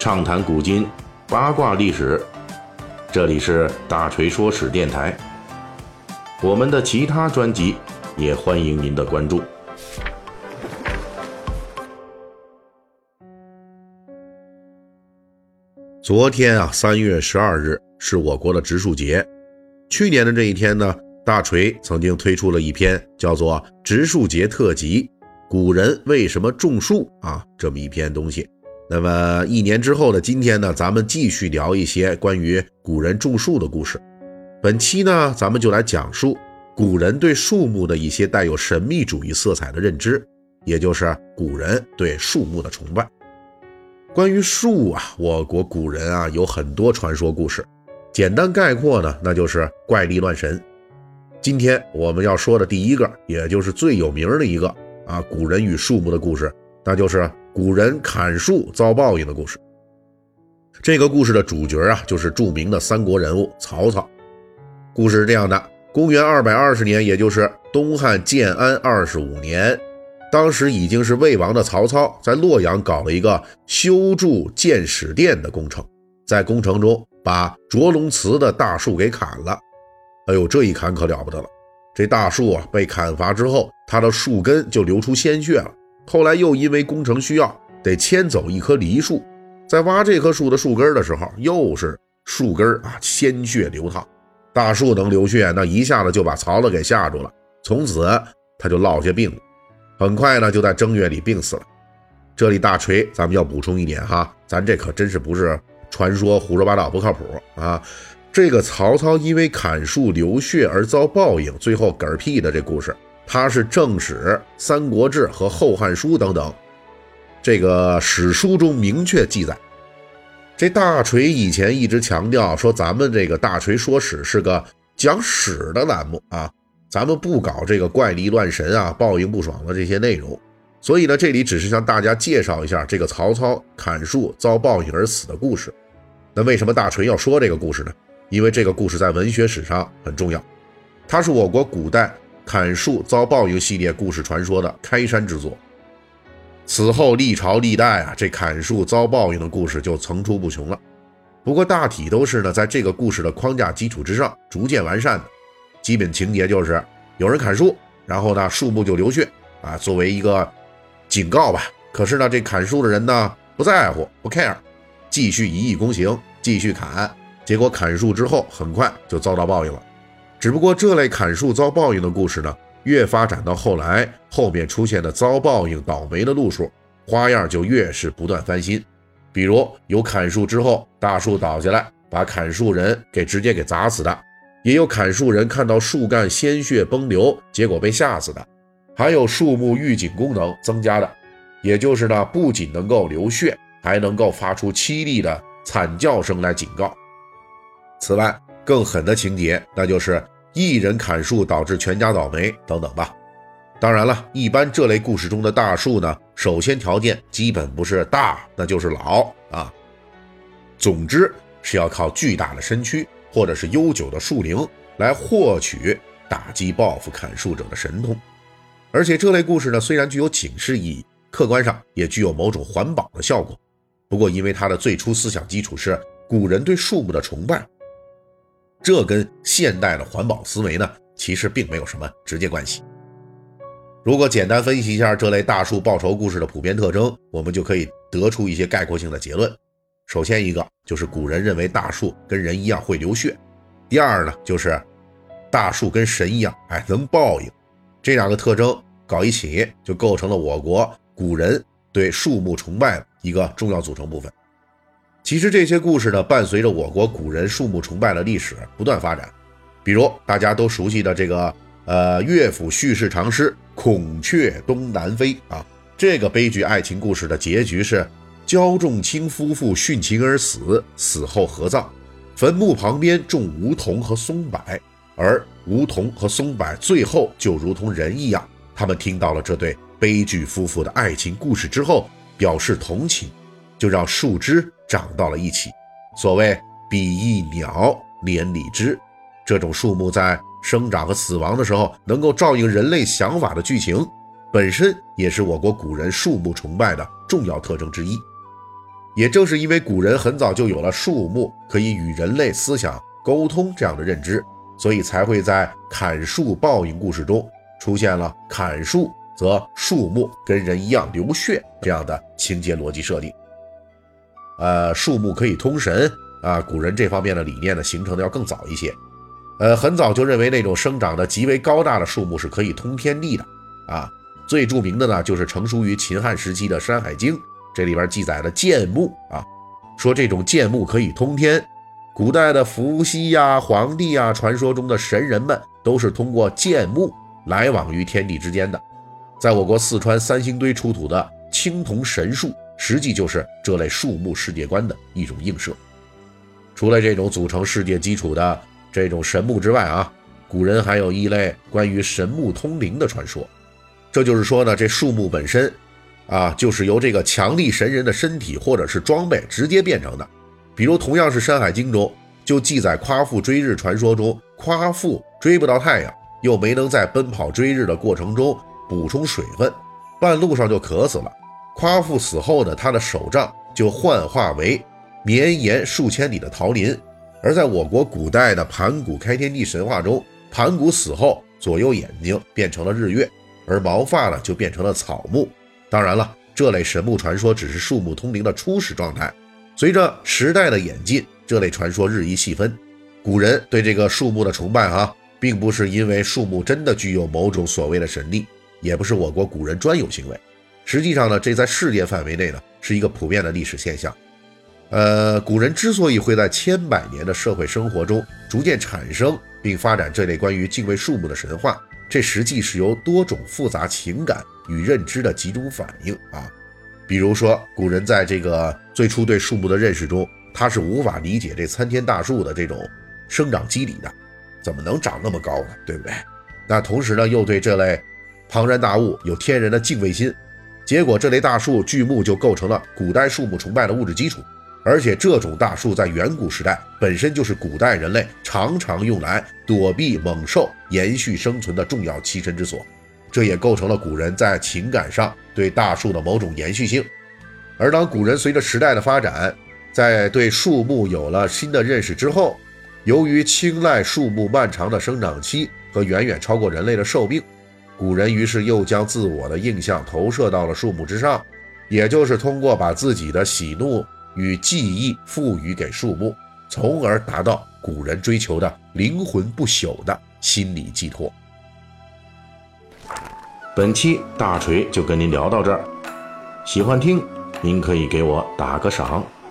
畅谈古今，八卦历史。这里是大锤说史电台。我们的其他专辑也欢迎您的关注。 昨天3月12日是我国的植树节。去年的这一天呢，大锤曾经推出了一篇叫做《植树节特辑：古人为什么种树》这么一篇东西。那么1年之后的今天呢，咱们继续聊一些关于古人种树的故事。本期呢，咱们就来讲述古人对树木的一些带有神秘主义色彩的认知，也就是古人对树木的崇拜。关于树我国古人有很多传说故事，简单概括呢，那就是怪力乱神。今天我们要说的第一个，也就是最有名的一个古人与树木的故事，那就是古人砍树遭报应的故事。这个故事的主角就是著名的三国人物曹操。故事是这样的，公元220年，也就是东汉建安25年，当时已经是魏王的曹操在洛阳搞了一个修筑建始殿的工程，在工程中把卓龙祠的大树给砍了。这一砍可了不得了，这大树被砍伐之后，它的树根就流出鲜血了。后来又因为工程需要得迁走一棵梨树，在挖这棵树的树根的时候，又是树根鲜血流淌。大树能流血，那一下子就把曹操给吓住了，从此他就落下病了，很快呢就在正月里病死了。这里大锤咱们要补充一点咱这可真是不是传说胡说八道，不靠谱这个曹操因为砍树流血而遭报应，最后嗝屁的这故事，它是正史、三国志和后汉书等等这个史书中明确记载。这大锤以前一直强调说，咱们这个大锤说史是个讲史的栏目咱们不搞这个怪力乱神报应不爽的这些内容。所以呢，这里只是向大家介绍一下这个曹操砍树遭报应而死的故事。那为什么大锤要说这个故事呢？因为这个故事在文学史上很重要，它是我国古代砍树遭报应系列故事传说的开山之作。此后历朝历代这砍树遭报应的故事就层出不穷了。不过大体都是呢，在这个故事的框架基础之上逐渐完善的。基本情节就是有人砍树，然后呢树木就流血作为一个警告吧。可是呢，这砍树的人呢不在乎，不 care， 继续一意孤行，继续砍。结果砍树之后很快就遭到报应了。只不过这类砍树遭报应的故事呢，越发展到后来，后面出现的遭报应倒霉的路数，花样就越是不断翻新。比如有砍树之后大树倒下来把砍树人直接给砸死的，也有砍树人看到树干鲜血崩流结果被吓死的，还有树木预警功能增加的，也就是呢不仅能够流血，还能够发出凄厉的惨叫声来警告。此外更狠的情节，那就是一人砍树导致全家倒霉等等吧。当然了，一般这类故事中的大树呢，首先条件基本不是大，那就是老总之是要靠巨大的身躯或者是悠久的树龄来获取打击报复砍树者的神通。而且这类故事呢，虽然具有警示意义，客观上也具有某种环保的效果。不过因为它的最初思想基础是古人对树木的崇拜，这跟现代的环保思维呢，其实并没有什么直接关系。如果简单分析一下这类大树报仇故事的普遍特征，我们就可以得出一些概括性的结论。首先一个就是古人认为大树跟人一样会流血，第二呢就是大树跟神一样能报应。这两个特征搞一起，就构成了我国古人对树木崇拜的一个重要组成部分。其实这些故事呢，伴随着我国古人树木崇拜的历史不断发展。比如大家都熟悉的这个乐府叙事长诗《孔雀东南飞》这个悲剧爱情故事的结局是焦仲卿夫妇殉情而死，死后合葬，坟墓旁边种梧桐和松柏，而梧桐和松柏最后就如同人一样，他们听到了这对悲剧夫妇的爱情故事之后，表示同情，就让树枝长到了一起。所谓比翼鸟，连理枝，这种树木在生长和死亡的时候能够照应人类想法的剧情，本身也是我国古人树木崇拜的重要特征之一。 也正是因为古人很早就有了树木可以与人类思想沟通这样的认知，所以才会在砍树报应故事中出现了砍树则树木跟人一样流血这样的情节逻辑设定。树木可以通神啊，古人这方面的理念呢形成的要更早一些。很早就认为那种生长的极为高大的树木是可以通天地的啊。最著名的呢就是成书于秦汉时期的《山海经》，这里边记载了剑木啊，说这种剑木可以通天。古代的伏羲呀、黄帝呀，传说中的神人们都是通过剑木来往于天地之间的。在我国四川三星堆出土的青铜神树，实际就是这类树木世界观的一种映射。除了这种组成世界基础的这种神木之外啊，古人还有一类关于神木通灵的传说。这就是说呢，这树木本身啊，就是由这个强力神人的身体或者是装备直接变成的。比如同样是《山海经》中就记载夸父追日传说中，夸父追不到太阳，又没能在奔跑追日的过程中补充水分，半路上就渴死了。夸父死后呢，他的手杖就幻化为绵延数千里的桃林。而在我国古代的盘古开天地神话中，盘古死后左右眼睛变成了日月，而毛发呢就变成了草木。当然了，这类神木传说只是树木通灵的初始状态，随着时代的演进，这类传说日益细分。古人对这个树木的崇拜并不是因为树木真的具有某种所谓的神力，也不是我国古人专有行为。实际上呢，这在世界范围内呢是一个普遍的历史现象。古人之所以会在千百年的社会生活中逐渐产生并发展这类关于敬畏树木的神话，这实际是由多种复杂情感与认知的集中反应啊。比如说，古人在这个最初对树木的认识中，他是无法理解这参天大树的这种生长机理的，怎么能长那么高呢？对不对？那同时呢，又对这类庞然大物有天然的敬畏心，结果这类大树巨木就构成了古代树木崇拜的物质基础。而且这种大树在远古时代本身就是古代人类常常用来躲避猛兽、延续生存的重要栖身之所，这也构成了古人在情感上对大树的某种延续性。而当古人随着时代的发展，在对树木有了新的认识之后，由于青睐树木漫长的生长期和远远超过人类的寿命，古人于是又将自我的印象投射到了树木之上，也就是通过把自己的喜怒与记忆赋予给树木，从而达到古人追求的灵魂不朽的心理寄托。 本期大锤就跟您聊到这儿，喜欢听您可以给我打个赏。